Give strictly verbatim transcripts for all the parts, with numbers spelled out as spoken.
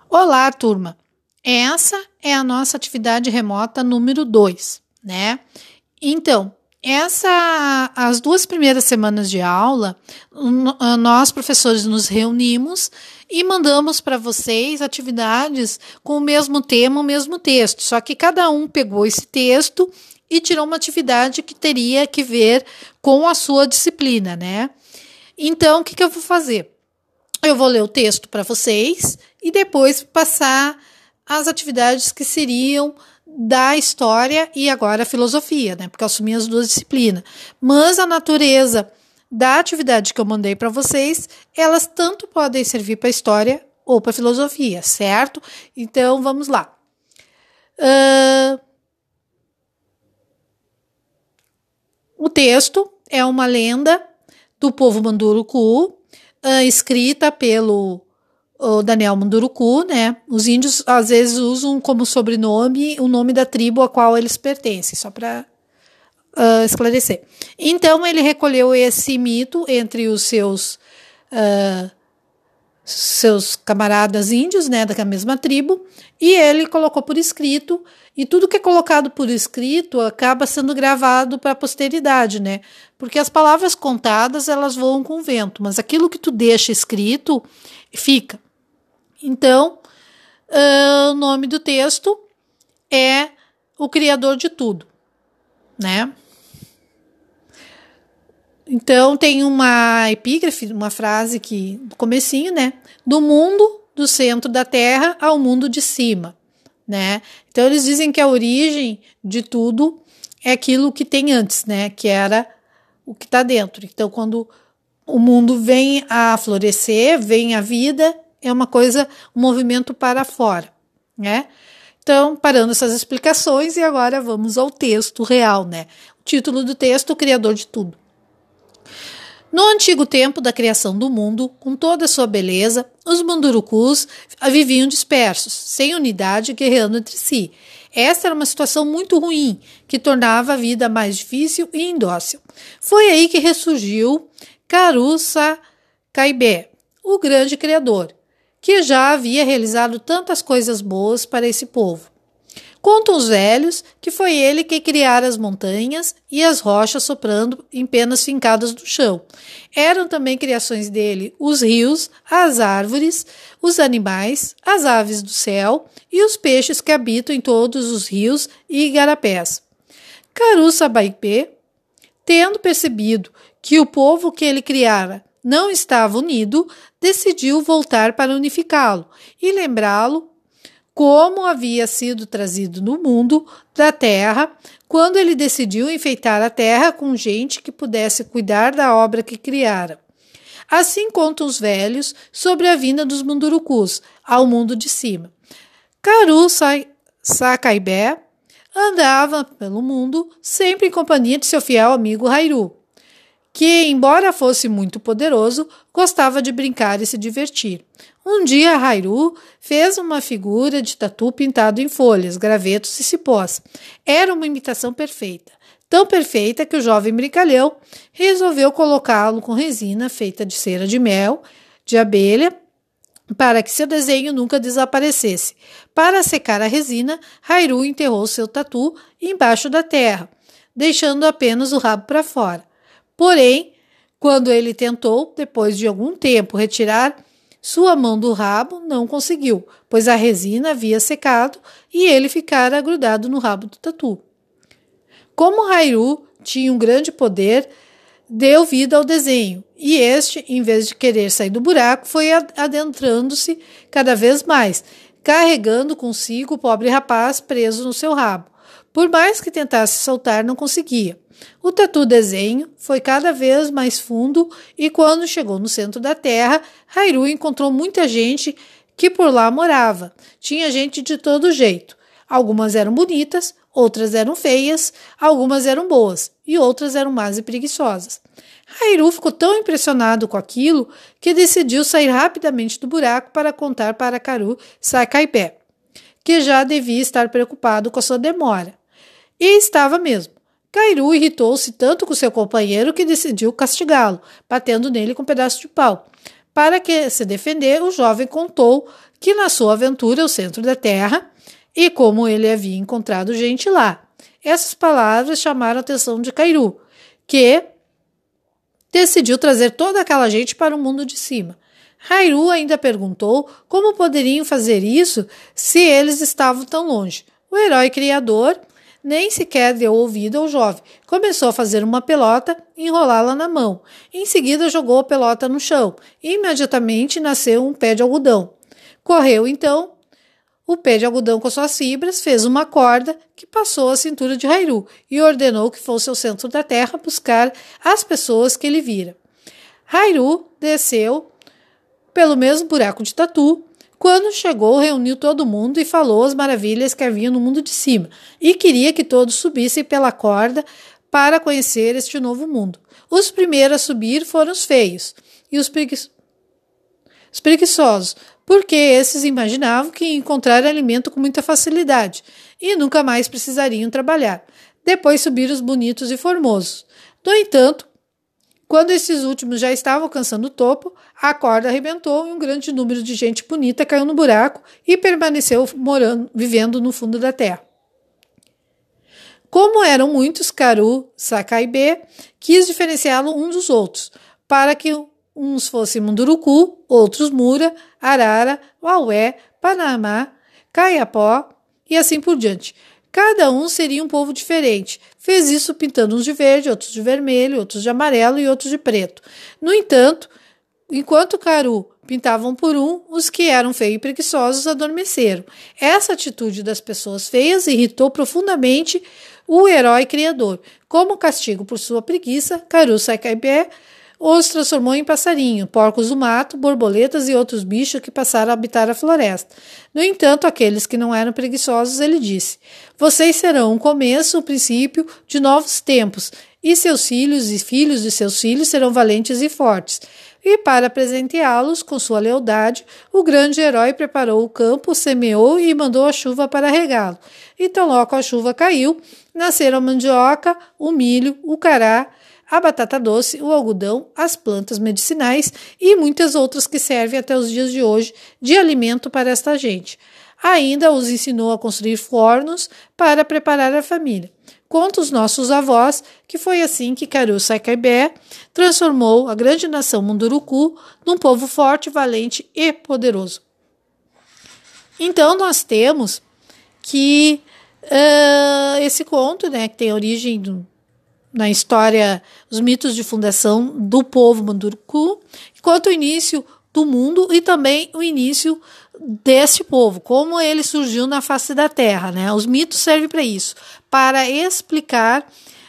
Olá, turma! Essa é a nossa atividade remota número dois, né? Então, essa, as duas primeiras semanas de aula, nós, professores, nos reunimos e mandamos para vocês atividades com o mesmo tema, o mesmo texto, só que cada um pegou esse texto e tirou uma atividade que teria que ver com a sua disciplina, né? Então, o que, que eu vou fazer? Eu vou ler o texto para vocês e depois passar as atividades que seriam da história e agora a filosofia, né? Porque eu assumi as duas disciplinas. Mas a natureza da atividade que eu mandei para vocês, elas tanto podem servir para a história ou para a filosofia, certo? Então, vamos lá. Uh, o texto é uma lenda do povo Munduruku, Uh, escrita pelo uh, Daniel Munduruku, né? Os índios às vezes usam como sobrenome o nome da tribo a qual eles pertencem, só para uh, esclarecer. Então ele recolheu esse mito entre os seus uh, seus camaradas índios, né, da mesma tribo, e ele colocou por escrito, e tudo que é colocado por escrito acaba sendo gravado para a posteridade, né, porque as palavras contadas, elas voam com o vento, mas aquilo que tu deixa escrito, fica. Então, uh, o nome do texto é O Criador de Tudo, né. Então, tem uma epígrafe, uma frase que, do comecinho, né? Do mundo, do centro da Terra, ao mundo de cima, né? Então, eles dizem que a origem de tudo é aquilo que tem antes, né? Que era o que está dentro. Então, quando o mundo vem a florescer, vem a vida, é uma coisa, um movimento para fora, né? Então, parando essas explicações, e agora vamos ao texto real, né? O título do texto, O Criador de Tudo. No antigo tempo da criação do mundo, com toda a sua beleza, os Mundurucus viviam dispersos, sem unidade, guerreando entre si. Esta era uma situação muito ruim, que tornava a vida mais difícil e indócil. Foi aí que ressurgiu Karu-Sa-Kaibé, o grande criador, que já havia realizado tantas coisas boas para esse povo. Contam os velhos que foi ele que criara as montanhas e as rochas soprando em penas fincadas no chão. Eram também criações dele os rios, as árvores, os animais, as aves do céu e os peixes que habitam em todos os rios e igarapés. Karu-Sa-Kaibé, tendo percebido que o povo que ele criara não estava unido, decidiu voltar para unificá-lo e lembrá-lo como havia sido trazido no mundo da terra, quando ele decidiu enfeitar a terra com gente que pudesse cuidar da obra que criara. Assim contam os velhos sobre a vinda dos Mundurucus ao mundo de cima. Karu-Sa-Kaibé andava pelo mundo sempre em companhia de seu fiel amigo Hairu, que, embora fosse muito poderoso, gostava de brincar e se divertir. Um dia, Hairu fez uma figura de tatu pintado em folhas, gravetos e cipós. Era uma imitação perfeita, tão perfeita que o jovem brincalhão resolveu colocá-lo com resina feita de cera de mel, de abelha, para que seu desenho nunca desaparecesse. Para secar a resina, Hairu enterrou seu tatu embaixo da terra, deixando apenas o rabo para fora. Porém, quando ele tentou, depois de algum tempo, retirar sua mão do rabo, não conseguiu, pois a resina havia secado e ele ficara grudado no rabo do tatu. Como Hairu tinha um grande poder, deu vida ao desenho, e este, em vez de querer sair do buraco, foi adentrando-se cada vez mais, carregando consigo o pobre rapaz preso no seu rabo. Por mais que tentasse soltar, não conseguia. O tatu-desenho foi cada vez mais fundo e quando chegou no centro da terra, Hairu encontrou muita gente que por lá morava. Tinha gente de todo jeito. Algumas eram bonitas, outras eram feias, algumas eram boas e outras eram más e preguiçosas. Hairu ficou tão impressionado com aquilo que decidiu sair rapidamente do buraco para contar para Karu-Sa-Kaibé, que já devia estar preocupado com a sua demora. E estava mesmo. Hairu irritou-se tanto com seu companheiro que decidiu castigá-lo, batendo nele com um pedaço de pau. Para que se defender, o jovem contou que na sua aventura ao centro da terra e como ele havia encontrado gente lá. Essas palavras chamaram a atenção de Cairu, que decidiu trazer toda aquela gente para o mundo de cima. Hairu ainda perguntou como poderiam fazer isso se eles estavam tão longe. O herói criador nem sequer deu ouvido ao jovem. Começou a fazer uma pelota e enrolá-la na mão. Em seguida jogou a pelota no chão e imediatamente nasceu um pé de algodão. Correu então o pé de algodão com suas fibras, fez uma corda que passou à cintura de Hairu e ordenou que fosse ao centro da terra buscar as pessoas que ele vira. Hairu desceu pelo mesmo buraco de tatu. Quando chegou, reuniu todo mundo e falou as maravilhas que havia no mundo de cima e queria que todos subissem pela corda para conhecer este novo mundo. Os primeiros a subir foram os feios e os, pregui- os preguiçosos, porque esses imaginavam que iam encontrar alimento com muita facilidade e nunca mais precisariam trabalhar. Depois subiram os bonitos e formosos. No entanto, quando esses últimos já estavam alcançando o topo, a corda arrebentou e um grande número de gente bonita caiu no buraco e permaneceu morando, vivendo no fundo da terra. Como eram muitos, Karu Sakaibé quis diferenciá-lo uns dos outros, para que uns fossem Munduruku, outros Mura, Arara, Uaué, Panamá, Caiapó e assim por diante. Cada um seria um povo diferente. Fez isso pintando uns de verde, outros de vermelho, outros de amarelo e outros de preto. No entanto, enquanto Karu pintavam por um, os que eram feios e preguiçosos adormeceram. Essa atitude das pessoas feias irritou profundamente o herói criador. Como castigo por sua preguiça, Karu Sakaibé os transformou em passarinho, porcos do mato, borboletas e outros bichos que passaram a habitar a floresta. No entanto, aqueles que não eram preguiçosos, ele disse: vocês serão o começo, o princípio de novos tempos, e seus filhos e filhos de seus filhos serão valentes e fortes. E para presenteá-los com sua lealdade, o grande herói preparou o campo, semeou e mandou a chuva para regá-lo. Então, logo a chuva caiu, nasceram a mandioca, o milho, o cará, a batata doce, o algodão, as plantas medicinais e muitas outras que servem até os dias de hoje de alimento para esta gente. Ainda os ensinou a construir fornos para preparar a família. Conta os nossos avós que foi assim que Karu Sakaibé transformou a grande nação Munduruku num povo forte, valente e poderoso. Então nós temos que uh, esse conto, né, que tem origem do na história, os mitos de fundação do povo Munduruku, quanto o início do mundo e também o início desse povo, como ele surgiu na face da terra, né? Os mitos servem para isso, para explicar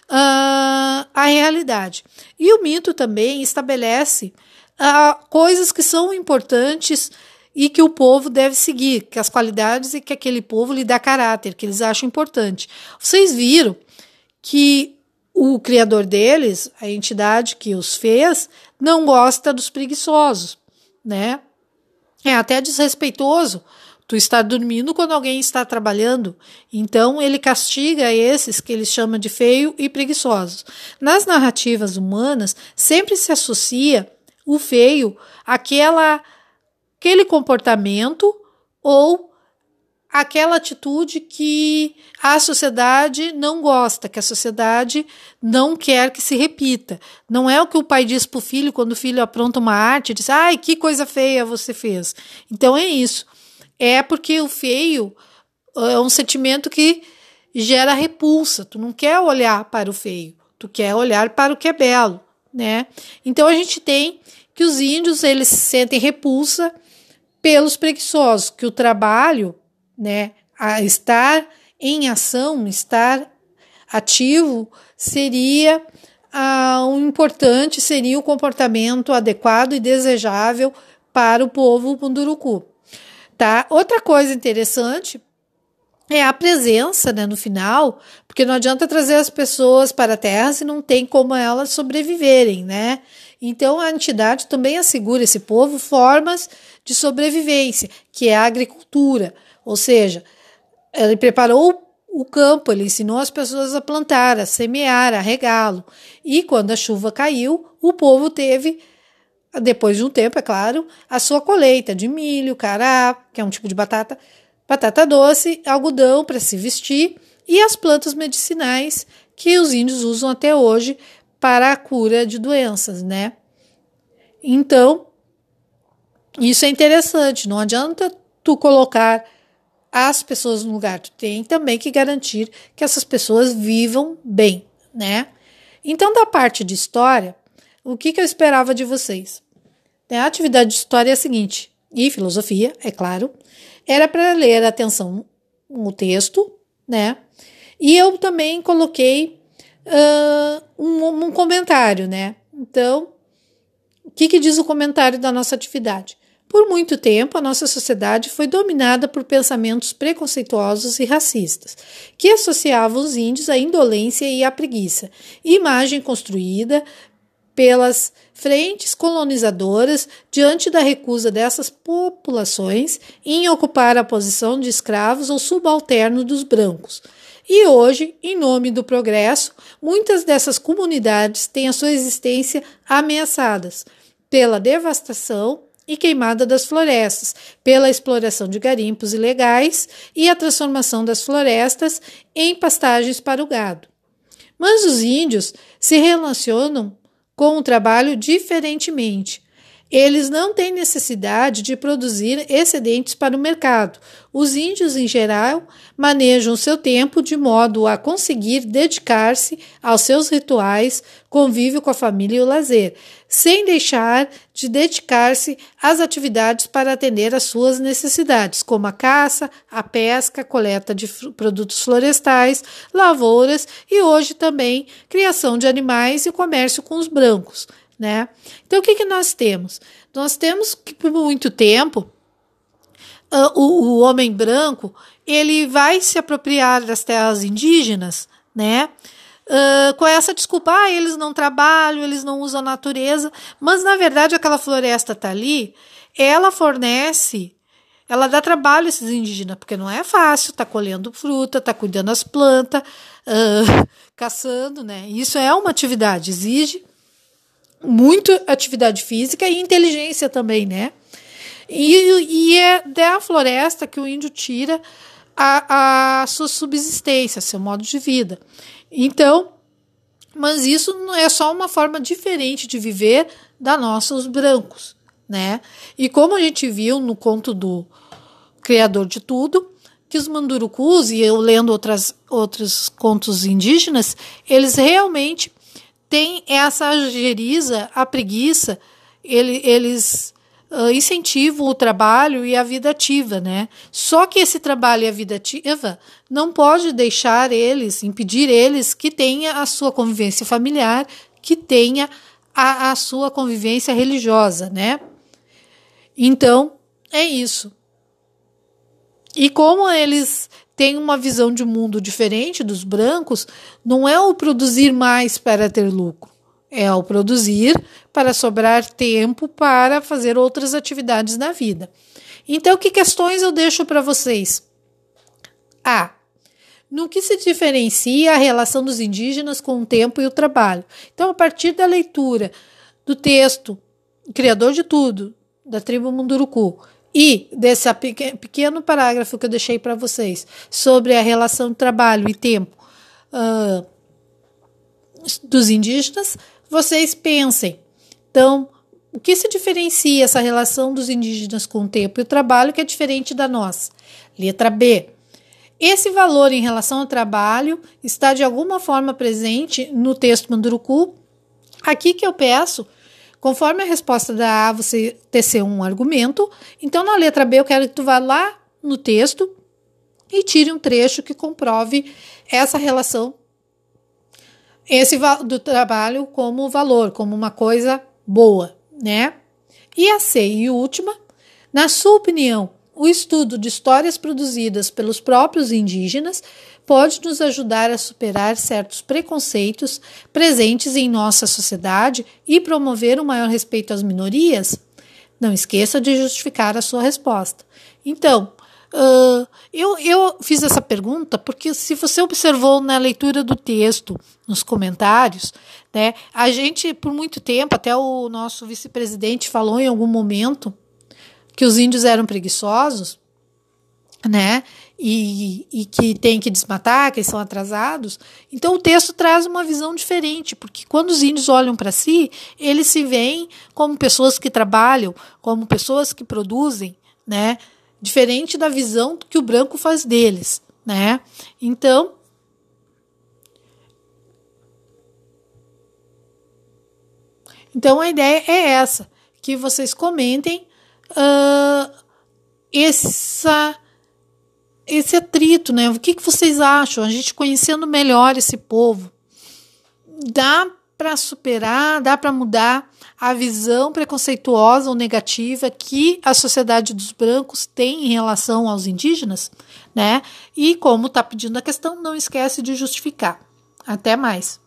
uh, a realidade. E o mito também estabelece uh, coisas que são importantes e que o povo deve seguir, que as qualidades e que aquele povo lhe dá caráter, que eles acham importante. Vocês viram que o criador deles, a entidade que os fez, não gosta dos preguiçosos, né? É até desrespeitoso tu estar dormindo quando alguém está trabalhando. Então, ele castiga esses que ele chama de feio e preguiçosos. Nas narrativas humanas, sempre se associa o feio àquela, àquele comportamento ou aquela atitude que a sociedade não gosta, que a sociedade não quer que se repita. Não é o que o pai diz para o filho quando o filho apronta uma arte, diz: ai, que coisa feia você fez. Então é isso. É porque o feio é um sentimento que gera repulsa. Tu não quer olhar para o feio, tu quer olhar para o que é belo, né? Então a gente tem que os índios, eles sentem repulsa pelos preguiçosos, que o trabalho, né, a estar em ação, estar ativo, seria ah, um importante, seria o comportamento adequado e desejável para o povo Munduruku. Tá? Outra coisa interessante é a presença, né, no final, porque não adianta trazer as pessoas para a Terra se não tem como elas sobreviverem, né? Então a entidade também assegura esse povo formas de sobrevivência, que é a agricultura. Ou seja, ele preparou o campo, ele ensinou as pessoas a plantar, a semear, a regá-lo. E quando a chuva caiu, o povo teve depois de um tempo, é claro, a sua colheita de milho, cará, que é um tipo de batata, batata doce, algodão para se vestir e as plantas medicinais que os índios usam até hoje para a cura de doenças, né? Então, isso é interessante, não adianta tu colocar as pessoas no lugar, tu tem também que garantir que essas pessoas vivam bem, né? Então, da parte de história, o que, que eu esperava de vocês? A atividade de história é a seguinte, e filosofia, é claro, era para ler atenção no texto, né? E eu também coloquei uh, um, um comentário, né? Então, o que, que diz o comentário da nossa atividade? Por muito tempo, a nossa sociedade foi dominada por pensamentos preconceituosos e racistas, que associavam os índios à indolência e à preguiça, imagem construída pelas frentes colonizadoras diante da recusa dessas populações em ocupar a posição de escravos ou subalternos dos brancos. E hoje, em nome do progresso, muitas dessas comunidades têm a sua existência ameaçadas pela devastação e queimada das florestas, pela exploração de garimpos ilegais e a transformação das florestas em pastagens para o gado. Mas os índios se relacionam com o trabalho diferentemente. Eles não têm necessidade de produzir excedentes para o mercado. Os índios, em geral, manejam o seu tempo de modo a conseguir dedicar-se aos seus rituais, convívio com a família e o lazer, sem deixar de dedicar-se às atividades para atender às suas necessidades, como a caça, a pesca, a coleta de produtos florestais, lavouras e hoje também criação de animais e comércio com os brancos. Né? Então, o que, que nós temos? Nós temos que, por muito tempo, uh, o, o homem branco ele vai se apropriar das terras indígenas, né? Uh, com essa desculpa, ah, eles não trabalham, eles não usam a natureza, mas, na verdade, aquela floresta está ali, ela fornece, ela dá trabalho a esses indígenas, porque não é fácil, tá colhendo fruta, tá cuidando das plantas, uh, caçando, né? Isso é uma atividade, exige muito atividade física e inteligência também, né? E, e é da floresta que o índio tira a, a sua subsistência, seu modo de vida. Então, mas isso não é só uma forma diferente de viver da nossa, os brancos, né? E como a gente viu no conto do Criador de Tudo, que os mandurucus, e eu lendo outras, outros contos indígenas, eles realmente tem essa algeriza, a preguiça, ele, eles uh, incentivam o trabalho e a vida ativa, né? Só que esse trabalho e a vida ativa não pode deixar eles, impedir eles que tenha a sua convivência familiar, que tenha a, a sua convivência religiosa, né? Então, é isso. E como eles têm uma visão de mundo diferente dos brancos, não é o produzir mais para ter lucro, é o produzir para sobrar tempo para fazer outras atividades na vida. Então, que questões eu deixo para vocês? A. No que se diferencia a relação dos indígenas com o tempo e o trabalho? Então, a partir da leitura do texto Criador de Tudo, da tribo Munduruku, e desse pequeno parágrafo que eu deixei para vocês sobre a relação de trabalho e tempo uh, dos indígenas, vocês pensem. Então, o que se diferencia essa relação dos indígenas com o tempo e o trabalho que é diferente da nossa? Letra B. Esse valor em relação ao trabalho está de alguma forma presente no texto Munduruku? Aqui que eu peço, conforme a resposta da A, você tecer um argumento, então na letra B eu quero que tu vá lá no texto e tire um trecho que comprove essa relação esse do trabalho como valor, como uma coisa boa, né? E a C, e última, na sua opinião, o estudo de histórias produzidas pelos próprios indígenas pode nos ajudar a superar certos preconceitos presentes em nossa sociedade e promover um maior respeito às minorias? Não esqueça de justificar a sua resposta. Então, Uh, eu, eu fiz essa pergunta porque, se você observou na leitura do texto, nos comentários, né, a gente, por muito tempo, até o nosso vice-presidente falou em algum momento que os índios eram preguiçosos, né, e, e que tem que desmatar, que eles são atrasados. Então o texto traz uma visão diferente, porque quando os índios olham para si, eles se veem como pessoas que trabalham, como pessoas que produzem, né, diferente da visão que o branco faz deles, né? Então, então a ideia é essa, que vocês comentem uh, essa, esse atrito, né? O que, que vocês acham? A gente conhecendo melhor esse povo, dá para superar, dá para mudar a visão preconceituosa ou negativa que a sociedade dos brancos tem em relação aos indígenas, né? E como está pedindo a questão, não esquece de justificar. Até mais.